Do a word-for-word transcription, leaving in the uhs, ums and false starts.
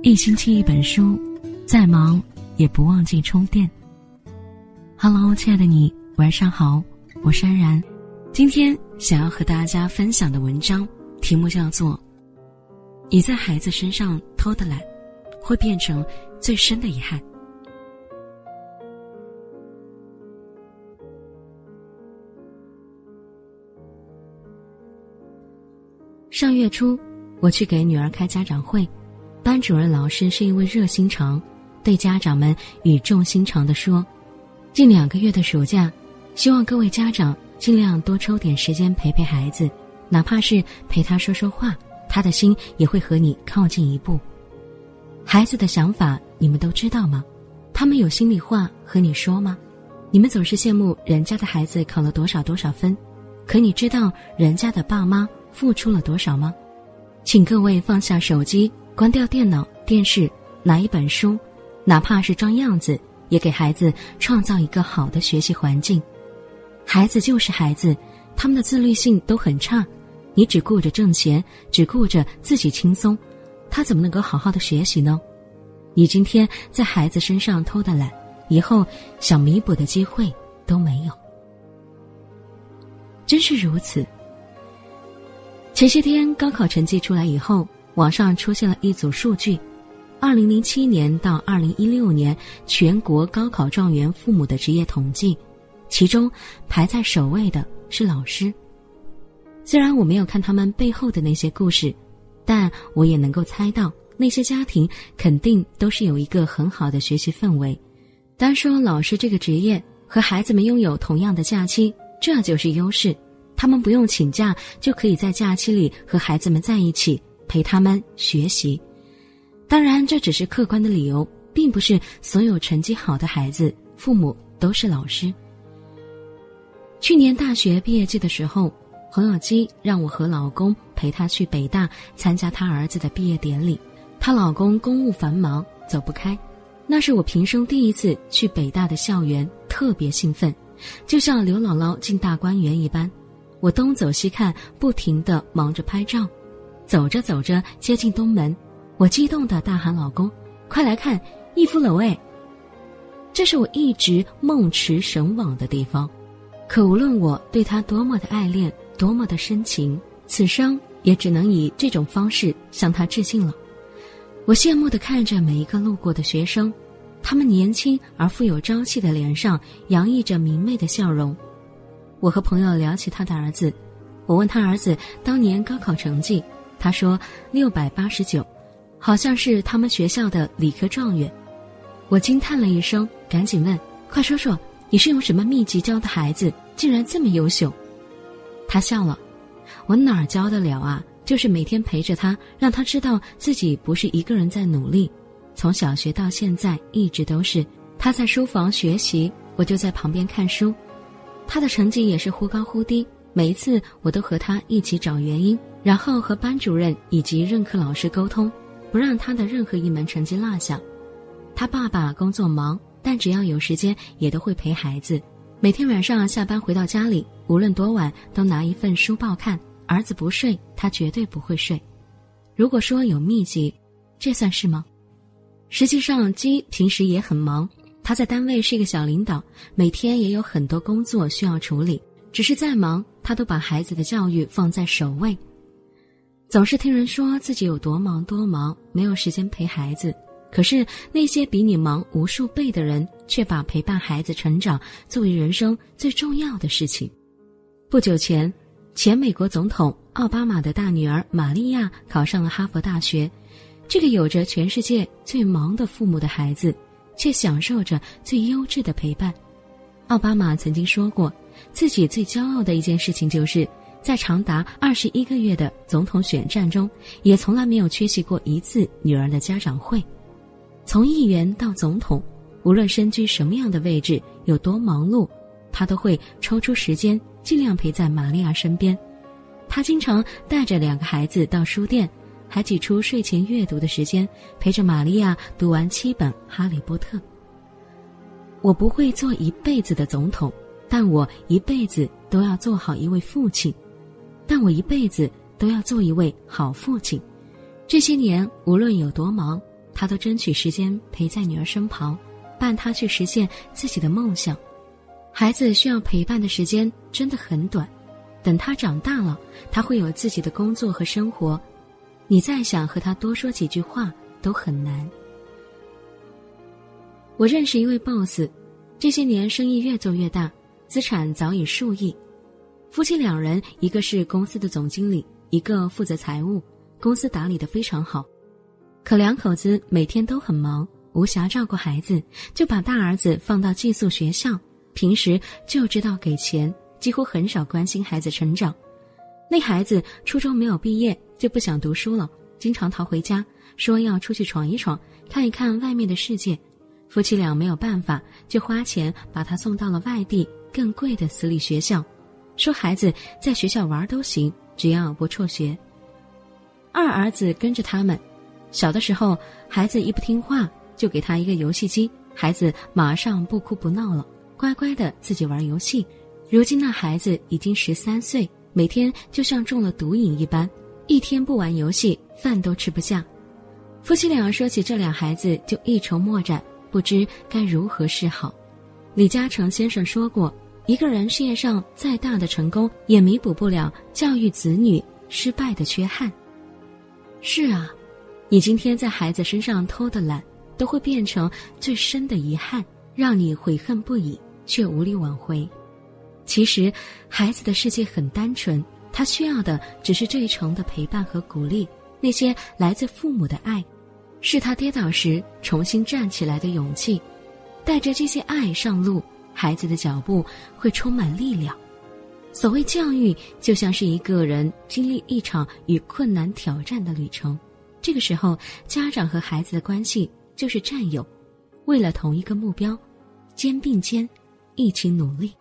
一星期一本书，再忙也不忘记充电。Hello， 亲爱的你，晚上好，我是安然。今天想要和大家分享的文章题目叫做你在孩子身上偷的懒，会变成最深的遗憾。上月初，我去给女儿开家长会，班主任老师是一位热心肠，对家长们语重心长地说，近两个月的暑假，希望各位家长尽量多抽点时间陪陪孩子，哪怕是陪他说说话，他的心也会和你靠近一步。孩子的想法你们都知道吗？他们有心里话和你说吗？你们总是羡慕人家的孩子考了多少多少分，可你知道人家的爸妈付出了多少吗？请各位放下手机，关掉电脑、电视，拿一本书，哪怕是装样子，也给孩子创造一个好的学习环境。孩子就是孩子，他们的自律性都很差，你只顾着挣钱，只顾着自己轻松，他怎么能够好好的学习呢？你今天在孩子身上偷的懒，以后想弥补的机会都没有。真是如此。前些天高考成绩出来以后，网上出现了一组数据，二零零七年到二零一六年全国高考状元父母的职业统计，其中排在首位的是老师。虽然我没有看他们背后的那些故事，但我也能够猜到那些家庭肯定都是有一个很好的学习氛围。单说老师这个职业和孩子们拥有同样的假期，这就是优势，他们不用请假就可以在假期里和孩子们在一起，陪他们学习。当然这只是客观的理由，并不是所有成绩好的孩子父母都是老师。去年大学毕业季的时候，侯友基让我和老公陪她去北大参加她儿子的毕业典礼，她老公公务繁忙走不开，那是我平生第一次去北大的校园，特别兴奋，就像刘姥姥进大观园一般，我东走西看，不停地忙着拍照。走着走着接近东门，我激动地大喊老公，快来看逸夫楼哎！这是我一直梦驰神往的地方，可无论我对他多么的爱恋，多么的深情，此生也只能以这种方式向他致敬了。我羡慕地看着每一个路过的学生，他们年轻而富有朝气的脸上洋溢着明媚的笑容。我和朋友聊起他的儿子，我问他儿子当年高考成绩，他说六百八十九，好像是他们学校的理科状元。我惊叹了一声，赶紧问，快说说你是用什么秘籍教的孩子，竟然这么优秀？他笑了，我哪儿教得了啊，就是每天陪着他，让他知道自己不是一个人在努力。从小学到现在一直都是，他在书房学习，我就在旁边看书。他的成绩也是忽高忽低，每一次我都和他一起找原因，然后和班主任以及任课老师沟通，不让他的任何一门成绩落下。他爸爸工作忙，但只要有时间也都会陪孩子，每天晚上下班回到家里，无论多晚都拿一份书报看，儿子不睡，他绝对不会睡。如果说有秘籍，这算是吗？实际上鸡平时也很忙，他在单位是一个小领导，每天也有很多工作需要处理，只是再忙他都把孩子的教育放在首位。总是听人说自己有多忙多忙，没有时间陪孩子，可是那些比你忙无数倍的人，却把陪伴孩子成长作为人生最重要的事情。不久前，前美国总统奥巴马的大女儿玛利亚考上了哈佛大学，这个有着全世界最忙的父母的孩子，却享受着最优质的陪伴。奥巴马曾经说过，自己最骄傲的一件事情就是在长达二十一个月的总统选战中，也从来没有缺席过一次女儿的家长会。从议员到总统，无论身居什么样的位置，有多忙碌，他都会抽出时间尽量陪在玛利亚身边。他经常带着两个孩子到书店，还挤出睡前阅读的时间，陪着玛利亚读完七本《哈利波特》。我不会做一辈子的总统，但我一辈子都要做好一位父亲，但我一辈子都要做一位好父亲。这些年无论有多忙， 他都争取时间陪在女儿身旁，伴她去实现自己的梦想。孩子需要陪伴的时间真的很短，等他长大了，他会有自己的工作和生活，你再想和他多说几句话都很难。我认识一位 boss， 这些年生意越做越大，资产早已数亿。夫妻两人，一个是公司的总经理，一个负责财务，公司打理得非常好。可两口子每天都很忙，无暇照顾孩子，就把大儿子放到寄宿学校，平时就知道给钱，几乎很少关心孩子成长。那孩子初中没有毕业，就不想读书了，经常逃回家，说要出去闯一闯，看一看外面的世界。夫妻俩没有办法，就花钱把他送到了外地更贵的私立学校，说孩子在学校玩都行，只要不辍学。二儿子跟着他们，小的时候孩子一不听话，就给他一个游戏机，孩子马上不哭不闹了，乖乖的自己玩游戏。如今那孩子已经十三岁，每天就像中了毒瘾一般，一天不玩游戏，饭都吃不下。夫妻俩说起这俩孩子就一筹莫展，不知该如何是好。李嘉诚先生说过，一个人事业上再大的成功，也弥补不了教育子女失败的缺憾。是啊，你今天在孩子身上偷的懒，都会变成最深的遗憾，让你悔恨不已，却无力挽回。其实孩子的世界很单纯，他需要的只是这一程的陪伴和鼓励，那些来自父母的爱，是他跌倒时重新站起来的勇气。带着这些爱上路，孩子的脚步会充满力量。所谓教育，就像是一个人经历一场与困难挑战的旅程，这个时候家长和孩子的关系就是战友，为了同一个目标，肩并肩一起努力。